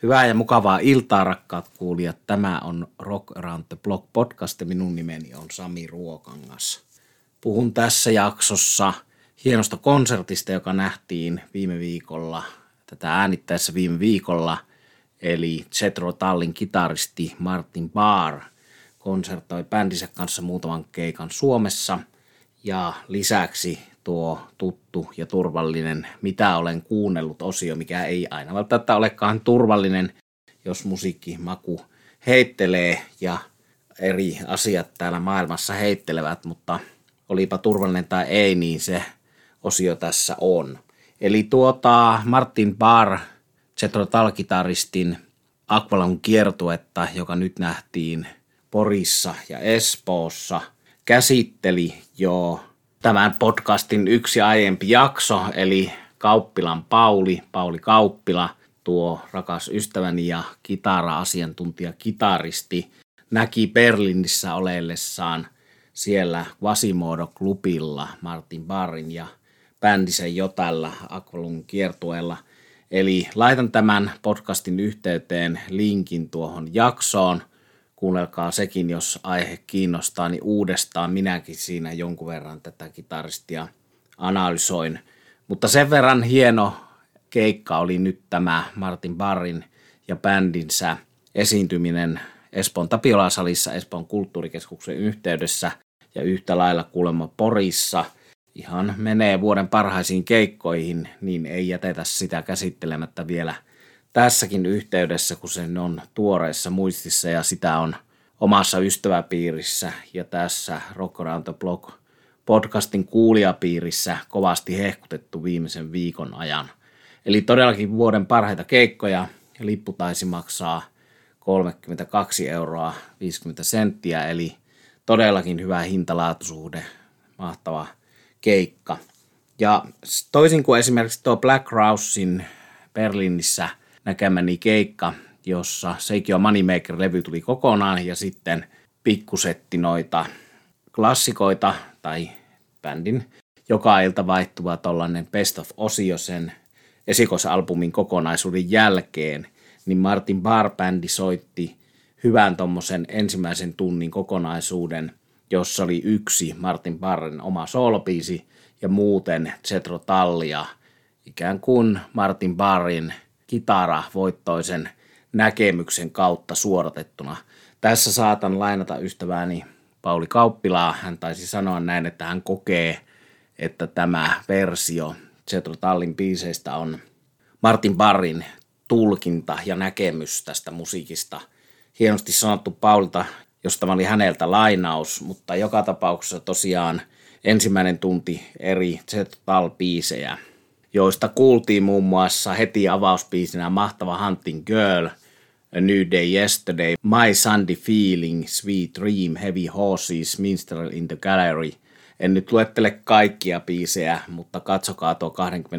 Hyvää ja mukavaa iltaa, rakkaat kuulijat. Tämä on Rock Around the Block podcast ja minun nimeni on Sami Ruokangas. Puhun tässä jaksossa hienosta konsertista, joka nähtiin viime viikolla, tätä äänittäessä viime viikolla, eli Jethro Tullin kitaristi Martin Barre konsertoi bändinsä kanssa muutaman keikan Suomessa ja lisäksi tuo tuttu ja turvallinen mitä olen kuunnellut -osio, mikä ei aina välttämättä olekaan turvallinen, jos musiikkimaku heittelee ja eri asiat täällä maailmassa heittelevät, mutta olipa turvallinen tai ei, niin se osio tässä on. Eli Martin Barre, Jethro Tull-kitaristin Aqualung kiertuetta, joka nyt nähtiin Porissa ja Espoossa, käsitteli jo tämän podcastin yksi aiempi jakso, eli Kauppilan Pauli Kauppila, tuo rakas ystäväni ja kitara-asiantuntija kitaristi, näki Berliinissä oleellessaan siellä Quasimodo-klubilla Martin Barren ja bändinsä jo tällä Aqualung kiertueella. Eli laitan tämän podcastin yhteyteen linkin tuohon jaksoon. Kuunnelkaa sekin, jos aihe kiinnostaa, niin uudestaan minäkin siinä jonkun verran tätä kitaristia analysoin. Mutta sen verran hieno keikka oli nyt tämä Martin Barren ja bändinsä esiintyminen Espoon Tapiola-salissa Espoon kulttuurikeskuksen yhteydessä ja yhtä lailla kuulemma Porissa. Ihan menee vuoden parhaisiin keikkoihin, niin ei jätetä sitä käsittelemättä vielä tässäkin yhteydessä, kun se on tuoreessa muistissa ja sitä on omassa ystäväpiirissä ja tässä Rock Around the Block podcastin kuulijapiirissä kovasti hehkutettu viimeisen viikon ajan. Eli todellakin vuoden parhaita keikkoja, lippu taisi maksaa 32,50 €, eli todellakin hyvä hinta-laatusuhde, mahtava keikka. Ja toisin kuin esimerkiksi tuo Black Crowesin Berliinissä näkemäni keikka, jossa Seikio Moneymaker-levy tuli kokonaan ja sitten pikkusetti noita klassikoita tai bändin joka ilta vaihtuva tollainen best of-osio sen esikoisalbumin kokonaisuuden jälkeen, niin Martin Barre-bändi soitti hyvän tommosen ensimmäisen tunnin kokonaisuuden, jossa oli yksi Martin Barren oma soolobiisi ja muuten Jethro Tullia ikään kuin Martin Barren kitaravoittoisen näkemyksen kautta suoratettuna. Tässä saatan lainata ystävääni Pauli Kauppilaa. Hän taisi sanoa näin, että hän kokee, että tämä versio Jethro Tullin biiseistä on Martin Barren tulkinta ja näkemys tästä musiikista. Hienosti sanottu Paulilta, jos tämä oli häneltä lainaus, mutta joka tapauksessa tosiaan ensimmäinen tunti eri Jethro Tull-biisejä, joista kuultiin muun muassa heti avausbiisinä mahtava Hunting Girl, A New Day Yesterday, My Sunday Feeling, Sweet Dream, Heavy Horses, Minstrel in the Gallery. En nyt luettele kaikkia biisejä, mutta katsokaa tuo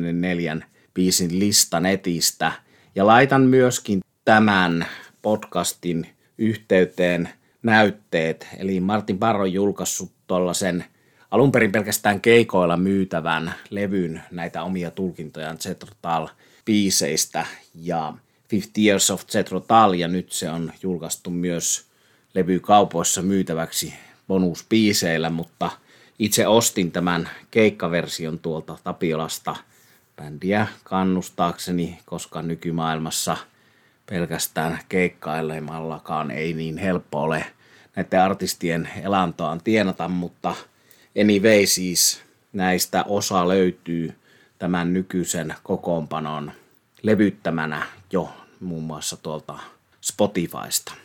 24 biisin lista netistä. Ja laitan myöskin tämän podcastin yhteyteen näytteet, eli Martin Barre on julkaissut tuollaisen alun perin pelkästään keikoilla myytävän levyn näitä omia tulkintojaan Jethro Tull-biiseistä ja 50 Years of Jethro Tull, ja nyt se on julkaistu myös levykaupoissa myytäväksi bonusbiiseillä, mutta itse ostin tämän keikkaversion tuolta Tapiolasta bändiä kannustaakseni, koska nykymaailmassa pelkästään keikkailemallakaan ei niin helppo ole näiden artistien elantoaan tienata, mutta anyway, siis näistä osa löytyy tämän nykyisen kokoonpanon levyttämänä jo muun muassa tuolta Spotifysta.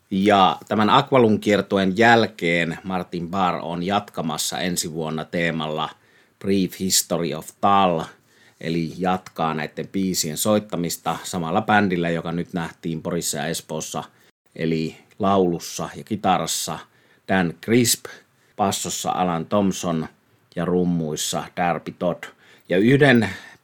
Ja tämän Aqualung-kiertueen jälkeen Martin Barre on jatkamassa ensi vuonna teemalla Brief History of Tull, eli jatkaa näiden biisien soittamista samalla bändillä, joka nyt nähtiin Porissa ja Espoossa, eli laulussa ja kitarassa Dan Crisp, bassossa Alan Thompson ja rummuissa Darby Todd. Ja yhden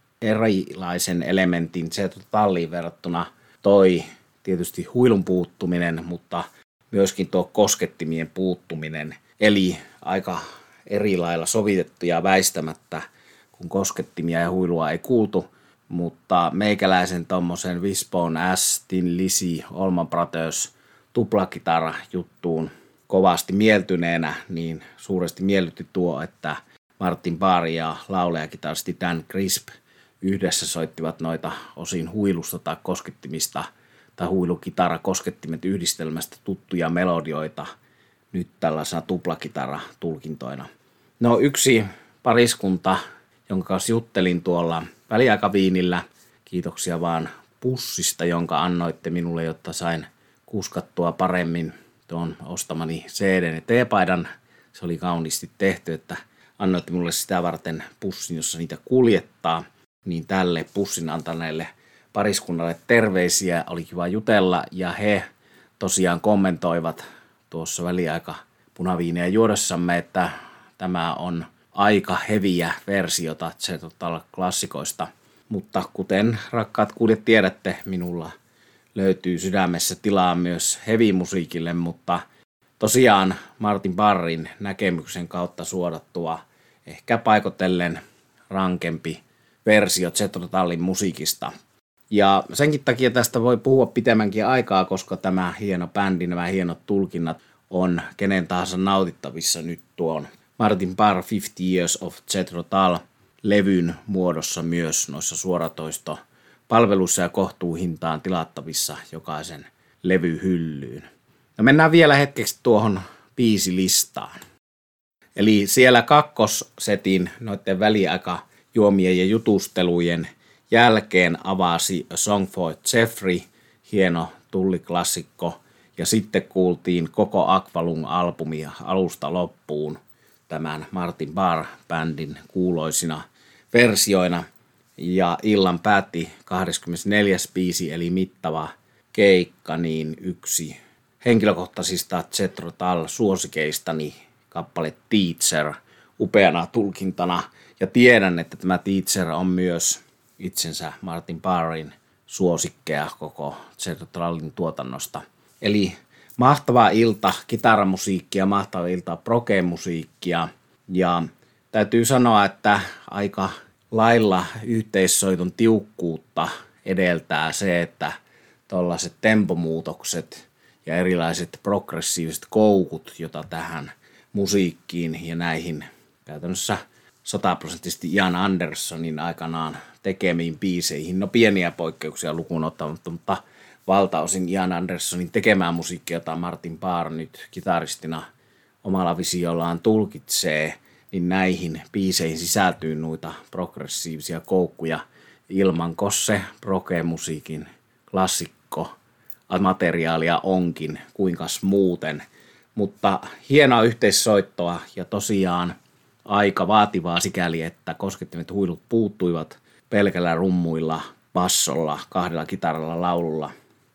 erilaisen elementin Jethro Tulliin verrattuna toi tietysti huilun puuttuminen, mutta myöskin tuo koskettimien puuttuminen, eli aika eri lailla sovitettu ja väistämättä, kun koskettimia ja huilua ei kuultu, mutta meikäläisen tommosen Wishbone S, Tin Lizzy, Allman Brothers tuplakitara juttuun kovasti mieltyneenä, niin suuresti miellytti tuo, että Martin Barre ja laulajakitaristi Dan Crisp yhdessä soittivat noita osin huilusta tai koskettimista tai huilukitara-koskettimet yhdistelmästä tuttuja melodioita nyt tällaisena tuplakitara-tulkintoina. No yksi pariskunta, jonka kanssa juttelin tuolla väliaikaviinillä, kiitoksia vaan pussista, jonka annoitte minulle, jotta sain kuskattua paremmin tuon ostamani CD ja teepaidan. Se oli kauniisti tehty, että annoitte mulle sitä varten pussin, jossa niitä kuljettaa. Niin tälle pussin antaneelle pariskunnalle terveisiä, oli kiva jutella ja he tosiaan kommentoivat tuossa väliaika punaviineja juodessamme, että tämä on aika heviä versiota klassikoista, mutta kuten rakkaat kuulijat tiedätte, minulla löytyy sydämessä tilaa myös heavy-musiikille, mutta tosiaan Martin Barren näkemyksen kautta suodattua ehkä paikotellen rankempi versio Jethro Tullin musiikista. Ja senkin takia tästä voi puhua pitemmänkin aikaa, koska tämä hieno bändi, nämä hienot tulkinnat on kenen tahansa nautittavissa nyt tuon Martin Barre 50 Years of Jethro Tull -levyn muodossa myös noissa suoratoistopalveluissa ja kohtuuhintaan tilattavissa jokaisen levyhyllyyn. No mennään vielä hetkeksi tuohon biisilistaan. Eli siellä kakkossetin noiden väliaikajuomien ja jutustelujen jälkeen avasi A Song for Jeffrey, hieno tulliklassikko, ja sitten kuultiin koko Aqualung-albumia alusta loppuun tämän Martin Barre-bändin kuuloisina versioina. Ja illan päätti 24. biisi, eli mittava keikka, niin yksi henkilökohtaisista Jethro Tull-suosikeistani, kappale Teacher, upeana tulkintana. Ja tiedän, että tämä Teacher on myös itsensä Martin Barren suosikkeja koko Jethro Tullin tuotannosta. Eli mahtava ilta kitaramusiikkia, mahtava ilta proge-musiikkia, ja täytyy sanoa, että aika lailla yhteissoiton tiukkuutta edeltää se, että tuollaiset tempomuutokset ja erilaiset progressiiviset koukut, jota tähän musiikkiin ja näihin käytännössä 100% Ian Andersonin aikanaan tekemiin biiseihin, no pieniä poikkeuksia lukuun ottamatta, mutta valtaosin Ian Andersonin tekemään musiikkia, jota Martin Barre nyt kitaristina omalla visiollaan tulkitsee, niin näihin biiseihin sisältyy noita progressiivisia koukkuja ilman se proge-musiikin klassikko materiaalia onkin, kuinkas muuten. Mutta hienoa yhteissoittoa ja tosiaan aika vaativaa sikäli, että koskettimet huilut puuttuivat pelkällä rummuilla, bassolla, kahdella kitaralla, laululla.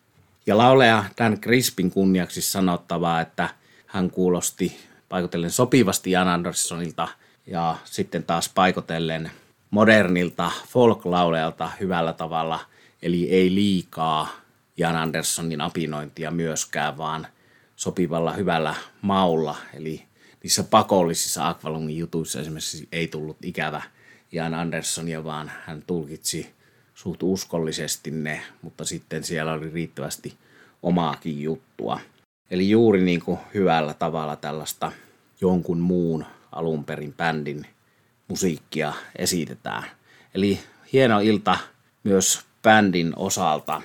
Ja laulaja Dan Crispin kunniaksi sanottavaa, että hän kuulosti paikotellen sopivasti Ian Andersonilta ja sitten taas paikotellen modernilta folk-laulajalta hyvällä tavalla, eli ei liikaa Ian Andersonin apinointia myöskään, vaan sopivalla hyvällä maulla, eli niissä pakollisissa Aqualungin jutuissa esimerkiksi ei tullut ikävä Ian Andersonia, vaan hän tulkitsi suht uskollisesti ne, mutta sitten siellä oli riittävästi omaakin juttua. Eli juuri niin kuin hyvällä tavalla tällaista jonkun muun alun perin bändin musiikkia esitetään. Eli hieno ilta myös bändin osalta.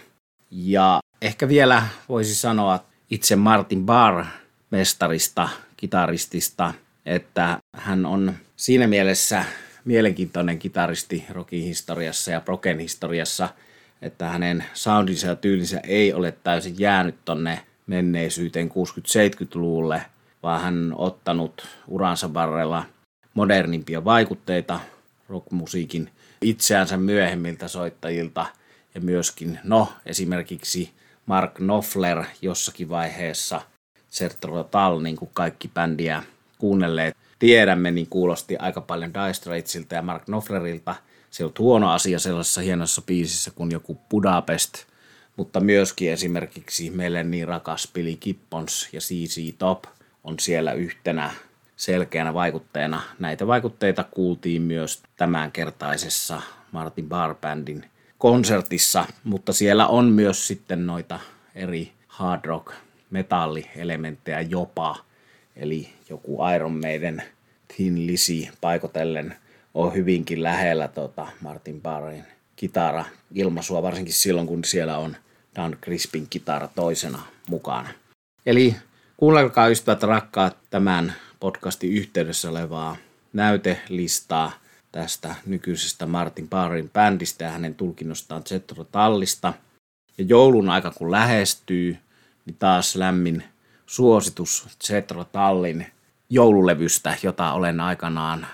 Ja ehkä vielä voisi sanoa itse Martin Barre-mestarista, kitaristista, että hän on siinä mielessä mielenkiintoinen kitaristi rockin historiassa ja progen historiassa, että hänen soundinsa ja tyylinsä ei ole täysin jäänyt tonne menneisyyteen 60-70-luvulle, vaan hän on ottanut uransa varrella modernimpia vaikutteita rockmusiikin itseänsä myöhemmiltä soittajilta ja myöskin, esimerkiksi Mark Knopfler jossakin vaiheessa, Jethro Tull, niin kuin kaikki bändiä kuunnelleet tiedämme, niin kuulosti aika paljon Dire Straitsilta ja Mark Knopflerilta. Se on huono asia sellaisessa hienossa biisissä kuin joku Budapest, mutta myöskin esimerkiksi meille niin rakas Billy Gibbons ja ZZ Top on siellä yhtenä selkeänä vaikutteena. Näitä vaikutteita kuultiin myös tämänkertaisessa Martin Barre-bändin konsertissa, mutta siellä on myös sitten noita eri hard rock metallielementtejä jopa, eli joku Iron Maiden Thin Lizzy paikotellen on hyvinkin lähellä Martin Barrin kitara ilmaisua, varsinkin silloin kun siellä on Dan Crispin kitara toisena mukana. Eli kuunnelkaa ystävät rakkaat tämän podcastin yhteydessä olevaa näytelistaa tästä nykyisestä Martin Barrin bändistä ja hänen tulkinnostaan Jethro Tullista. Ja joulun aika kun lähestyy, niin taas lämmin suositus Jethro Tullin joululevystä, jota olen aikanaan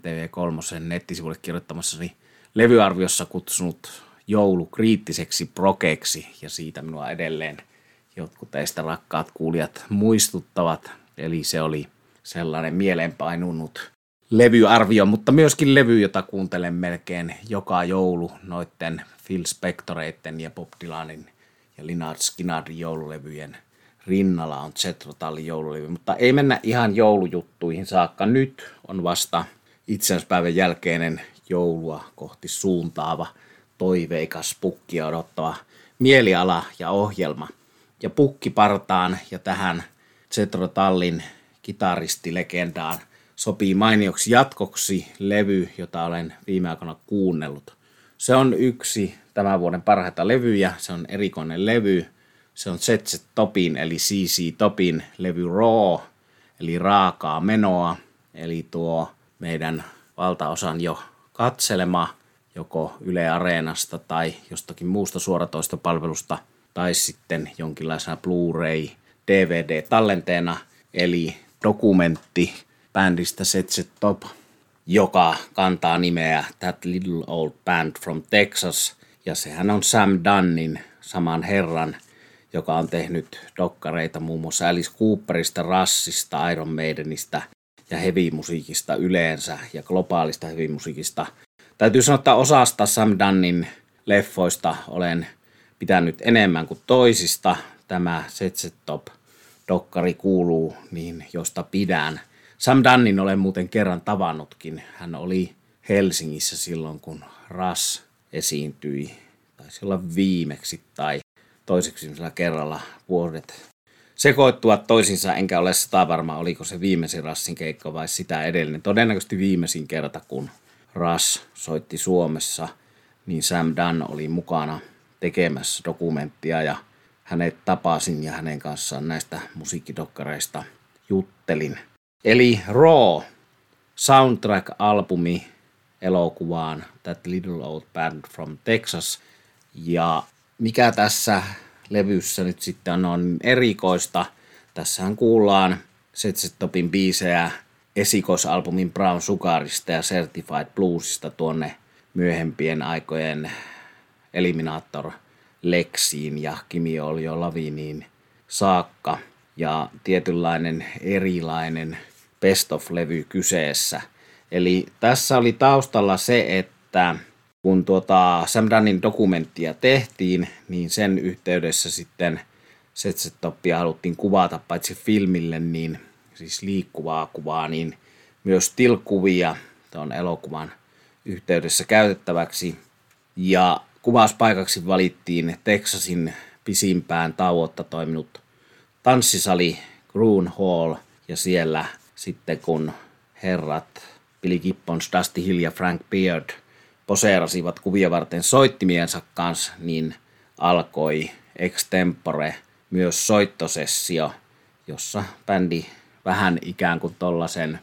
MTV3 nettisivuille kirjoittamassani levyarviossa kutsunut joulukriittiseksi prokeksi, ja siitä minua edelleen jotkut teistä rakkaat kuulijat muistuttavat. Eli se oli sellainen mieleenpainunut levyarvio, mutta myöskin levy, jota kuuntelen melkein joka joulu noitten Phil Spectoreitten ja Bob Dylanin ja Lynyrd Skynyrdin joululevyjen rinnalla on Jethro Tullin joululevy. Mutta ei mennä ihan joulujuttuihin saakka. Nyt on vasta itsenäispäivän jälkeinen joulua kohti suuntaava, toiveikas, pukkia odottava mieliala ja ohjelma. Ja pukkipartaan ja tähän Jethro Tullin kitaristilegendaan sopii mainioksi jatkoksi levy, jota olen viime aikoina kuunnellut. Se on yksi tämän vuoden parhaita levyjä, se on erikoinen levy. Se on ZZ Topin eli CC Topin levy Raw, eli raakaa menoa, eli tuo meidän valtaosan jo katselema joko Yle Areenasta tai jostakin muusta suoratoistopalvelusta tai sitten jonkinlaisena Blu-ray DVD-tallenteena, eli dokumentti bändistä ZZ Top, joka kantaa nimeä That Little Old Band from Texas, ja sehän on Sam Dunnin, saman herran, joka on tehnyt dokkareita muun muassa Alice Cooperista, Rushista, Iron Maidenistä ja heavy-musiikista yleensä ja globaalista heavy-musiikista. Täytyy sanoa, että osasta Sam Dunnin leffoista olen pitänyt enemmän kuin toisista. Tämä ZZ Top-dokkari kuuluu niin, josta pidän. Sam Dunnin olen muuten kerran tavannutkin. Hän oli Helsingissä silloin, kun Rush esiintyi. Taisi olla viimeksi tai toiseksi kerralla vuodet sekoittuvat toisinsa, enkä ole sitä varma, oliko se viimeisin Rushin keikka vai sitä edellinen. Todennäköisesti viimeisin kerta, kun Rush soitti Suomessa, niin Sam Dunn oli mukana tekemässä dokumenttia ja hänet tapasin ja hänen kanssaan näistä musiikkidokkareista juttelin. Eli Raw, soundtrack-albumi elokuvaan That Little Old Band from Texas. Ja mikä tässä levyssä nyt sitten on erikoista? Tässähän kuullaan ZZ Topin biisejä esikoisalbumin Brown Sugarista ja Certified Bluesista tuonne myöhempien aikojen Eliminator Lexiin ja Gimme All Your Loviniin saakka. Ja tietynlainen erilainen best of-levy kyseessä. Eli tässä oli taustalla se, että kun Sam Dunnin dokumenttia tehtiin, niin sen yhteydessä sitten ZZ Topia haluttiin kuvata paitsi filmille, niin siis liikkuvaa kuvaa, niin myös still-kuvia tuon elokuvan yhteydessä käytettäväksi. Ja kuvauspaikaksi valittiin Texasin pisimpään tauotta toiminut tanssisali Groon Hall, ja siellä sitten kun herrat Billy Gibbons, Dusty Hill ja Frank Beard poseerasivat kuvia varten soittimiensa kanssa, niin alkoi extempore myös soittosessio, jossa bändi vähän ikään kuin tollasen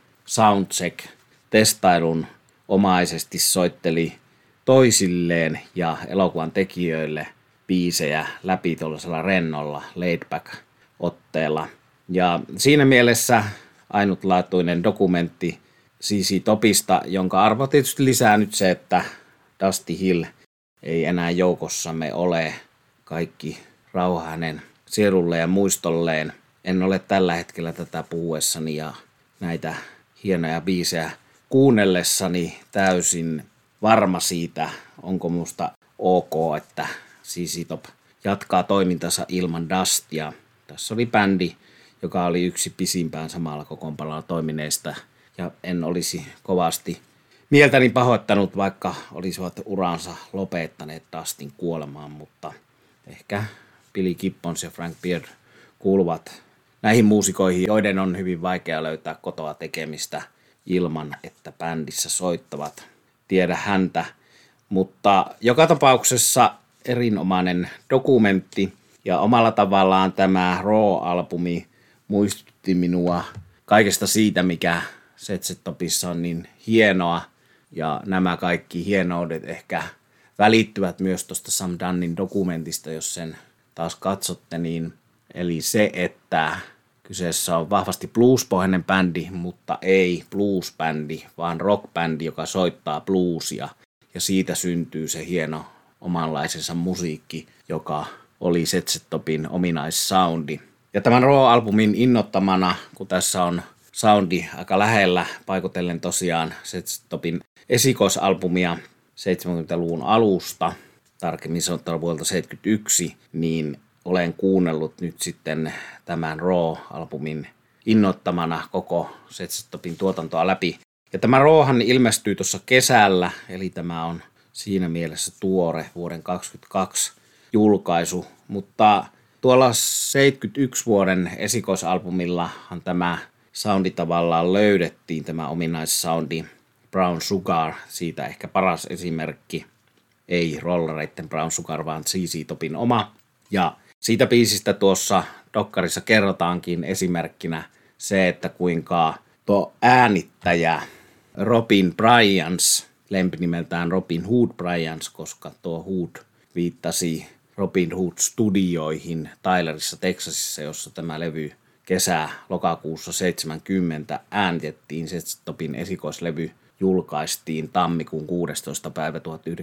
soundcheck-testailun omaisesti soitteli toisilleen ja elokuvan tekijöille biisejä läpi tuollaisella rennolla laid-back-otteella. Ja siinä mielessä ainutlaatuinen dokumentti CC Topista, jonka arvo tietysti lisää nyt se, että Dusty Hill ei enää joukossamme ole. Kaikki rauha hänen sielulle ja muistolleen. En ole tällä hetkellä tätä puhuessani ja näitä hienoja biisejä kuunnellessani täysin varma siitä, onko musta ok, että CC Top jatkaa toimintansa ilman Dustia. Tässä oli bändi, joka oli yksi pisimpään samalla kokoonpanolla toimineista, ja en olisi kovasti mieltäni pahoittanut, vaikka olisivat uransa lopettaneet Dustin kuolemaan, mutta ehkä Billy Gibbons ja Frank Beard kuuluvat näihin muusikoihin, joiden on hyvin vaikea löytää kotoa tekemistä ilman, että bändissä soittavat. Tiedä häntä, mutta joka tapauksessa erinomainen dokumentti ja omalla tavallaan tämä Raw-albumi muistutti minua kaikesta siitä, mikä ZZ Topissa on niin hienoa, ja nämä kaikki hienoudet ehkä välittyvät myös tuosta Sam Dunnin dokumentista, jos sen taas katsotte, niin eli se, että kyseessä on vahvasti bluespohjainen bändi, mutta ei bluesbändi, vaan rockbändi, joka soittaa bluesia, ja siitä syntyy se hieno omanlaisensa musiikki, joka oli ZZ Topin ominaissoundi. Ja tämän Raw-albumin innoittamana, kun tässä on soundi aika lähellä, paikotellen tosiaan ZZ Topin esikoisalbumia 70-luvun alusta, tarkemmin sanottuna vuodelta 1971, niin olen kuunnellut nyt sitten tämän Raw-albumin innoittamana koko ZZ Topin tuotantoa läpi. Ja tämä Rawhan ilmestyy tuossa kesällä, eli tämä on siinä mielessä tuore vuoden 2022 julkaisu, mutta tuolla 71 vuoden esikoisalbumillahan tämä soundi tavallaan löydettiin, tämä ominaissoundi Brown Sugar, siitä ehkä paras esimerkki, ei rollareitten Brown Sugar, vaan ZZ Topin oma. Ja siitä biisistä tuossa dokkarissa kerrotaankin esimerkkinä se, että kuinka tuo äänittäjä Robin Bryans, lempinimeltään Robin Hood Bryans, koska tuo Hood viittasi Robin Hood-studioihin Tylerissa, Texasissa, jossa tämä levy lokakuussa 70 äänitettiin. ZZ Topin esikoislevy julkaistiin tammikuun 16. päivä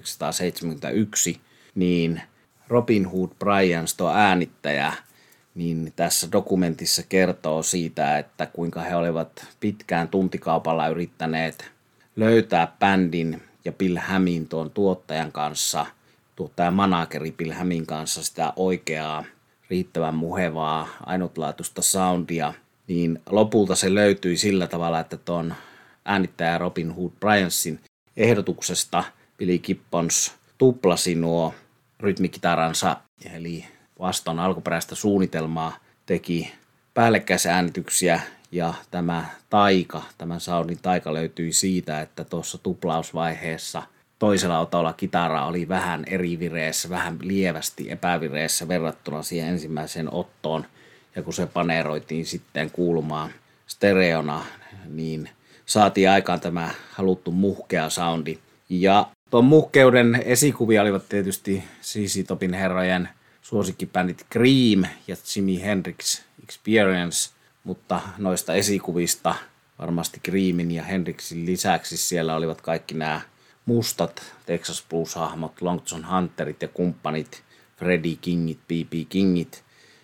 1971, niin Robin Hood Bryans, tuo äänittäjä, niin tässä dokumentissa kertoo siitä, että kuinka he olivat pitkään tuntikaupalla yrittäneet löytää bändin ja Bill Hammin tuon tuottajan kanssa, tuottajan manageri Bill Hammin kanssa sitä oikeaa, riittävän muhevaa, ainutlaatuista soundia, niin lopulta se löytyi sillä tavalla, että tuon äänittäjä Robin Hood Bryansin ehdotuksesta Billy Gibbons tuplasi nuo rytmikitaransa, eli vastaan alkuperäistä suunnitelmaa teki päällekkäisäänityksiä, ja tämän soundin taika löytyi siitä, että tuossa tuplausvaiheessa toisella otolla kitara oli vähän eri vireessä, vähän lievästi epävireessä verrattuna siihen ensimmäiseen ottoon, ja kun se paneeroitiin sitten kuulumaan stereona, niin saatiin aikaan tämä haluttu muhkea soundi. Ja tuon muhkeuden esikuvia olivat tietysti ZZ Topin herrojen suosikkibändit Cream ja Jimi Hendrix Experience, mutta noista esikuvista varmasti Creamin ja Hendrixin lisäksi siellä olivat kaikki nämä mustat Texas Blues-hahmot, Long John Hunterit ja kumppanit, Freddie Kingit, B.B. Kingit,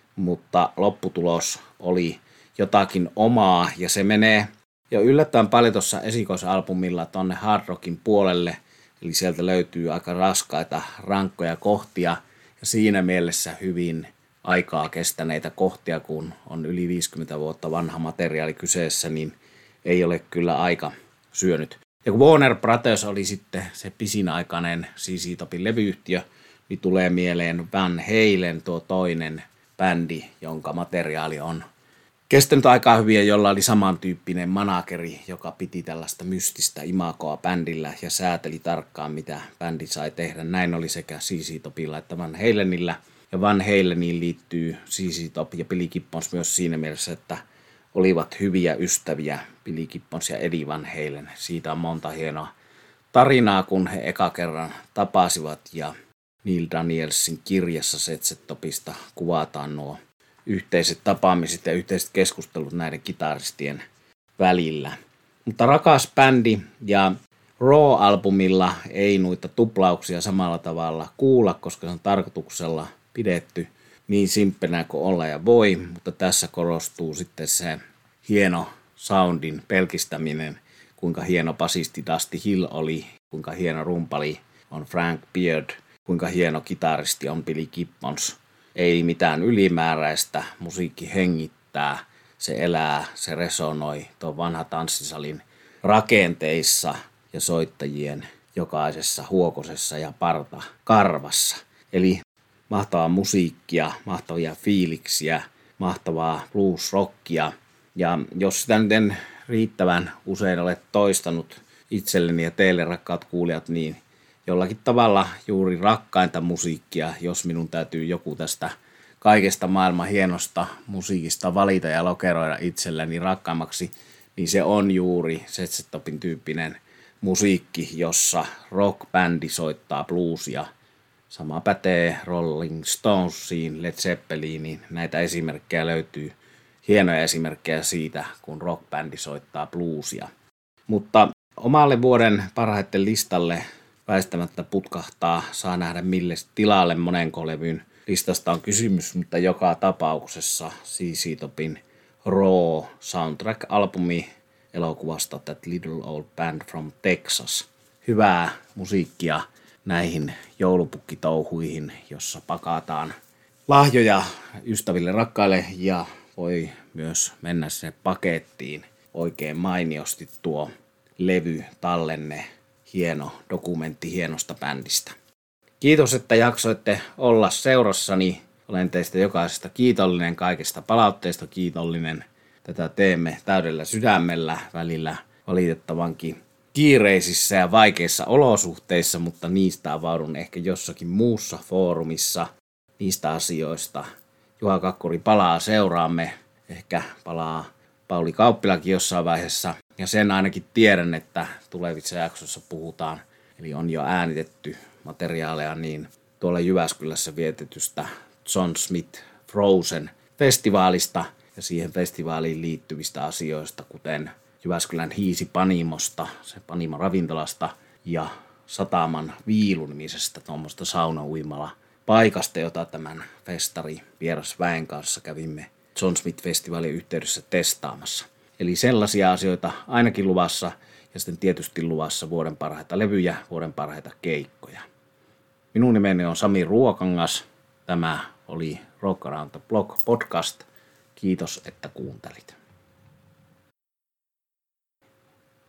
mutta lopputulos oli jotakin omaa, ja se menee jo yllättävän paljon tuossa esikoisalbumilla tonne hard rockin puolelle, eli sieltä löytyy aika raskaita, rankkoja kohtia, ja siinä mielessä hyvin aikaa kestäneitä kohtia, kun on yli 50 vuotta vanha materiaali kyseessä, niin ei ole kyllä aika syönyt. Ja kun Warner Brothers oli sitten se pisinaikainen ZZ Topin levyyhtiö, niin tulee mieleen Van Halen, tuo toinen bändi, jonka materiaali on kestänyt aikaa hyvin ja jolla oli samantyyppinen manageri, joka piti tällaista mystistä imagoa bändillä ja sääteli tarkkaan, mitä bändi sai tehdä. Näin oli sekä ZZ Topilla että Van Halenilla. Ja Van Haleniin liittyy ZZ Top ja Billy Gibbons myös siinä mielessä, että olivat hyviä ystäviä, Billy Gibbons ja Eddie Van Halen. Siitä on monta hienoa tarinaa, kun he eka kerran tapasivat, ja Neil Danielsin kirjassa ZZ Topista kuvataan nuo yhteiset tapaamiset ja yhteiset keskustelut näiden kitaristien välillä. Mutta rakas bändi, ja Raw-albumilla ei noita tuplauksia samalla tavalla kuulla, koska se on tarkoituksella pidetty niin simppelinä kuin olla ja voi, mutta tässä korostuu sitten se hieno soundin pelkistäminen, kuinka hieno basisti Dusty Hill oli, kuinka hieno rumpali on Frank Beard, kuinka hieno kitaristi on Billy Gibbons. Ei mitään ylimääräistä, musiikki hengittää, se elää, se resonoi tuon vanha tanssisalin rakenteissa ja soittajien jokaisessa huokosessa ja karvassa. Eli mahtavaa musiikkia, mahtavia fiiliksiä, mahtavaa blues-rockia. Ja jos sitä nyt en riittävän usein ole toistanut itselleni ja teille, rakkaat kuulijat, niin jollakin tavalla juuri rakkainta musiikkia, jos minun täytyy joku tästä kaikesta maailman hienosta musiikista valita ja lokeroida itselleni rakkaimmaksi, niin se on juuri ZZ Topin tyyppinen musiikki, jossa rockbändi soittaa bluesia. Sama pätee Rolling Stonesiin, Led Zeppeliniin. Näitä esimerkkejä löytyy, hienoja esimerkkejä siitä, kun rockbändi soittaa bluesia. Mutta omalle vuoden parhaiten listalle väistämättä putkahtaa, saa nähdä mille tilalle monenko levyn listasta on kysymys, mutta joka tapauksessa ZZ Topin Raw soundtrack-albumi elokuvasta That Little Old Band from Texas. Hyvää musiikkia näihin joulupukkitouhuihin, jossa pakataan lahjoja ystäville, rakkaille ja voi myös mennä sinne pakettiin. Oikein mainiosti tuo levy, tallenne, hieno dokumentti hienosta bändistä. Kiitos, että jaksoitte olla seurassani. Olen teistä jokaisesta kiitollinen, kaikesta palautteesta kiitollinen. Tätä teemme täydellä sydämellä, välillä valitettavankin kiireisissä ja vaikeissa olosuhteissa, mutta niistä avaudun ehkä jossakin muussa foorumissa niistä asioista. Juha Kakkuri palaa seuraamme, ehkä palaa Pauli Kauppilakin jossain vaiheessa. Ja sen ainakin tiedän, että tulevissa jaksoissa puhutaan, eli on jo äänitetty materiaaleja niin tuolla Jyväskylässä vietetystä John Smith Frozen festivaalista ja siihen festivaaliin liittyvistä asioista, kuten Jyväskylän Hiisi Panimosta, se Panimo ravintolasta ja Sataman Viilu-nimisestä tuommoista saunauimala paikasta, jota tämän festari vierasväen kanssa kävimme John Smith-festivaalin yhteydessä testaamassa. Eli sellaisia asioita ainakin luvassa ja sitten tietysti luvassa vuoden parhaita levyjä, vuoden parhaita keikkoja. Minun nimeni on Sami Ruokangas. Tämä oli Rock Around the Block podcast. Kiitos, että kuuntelit.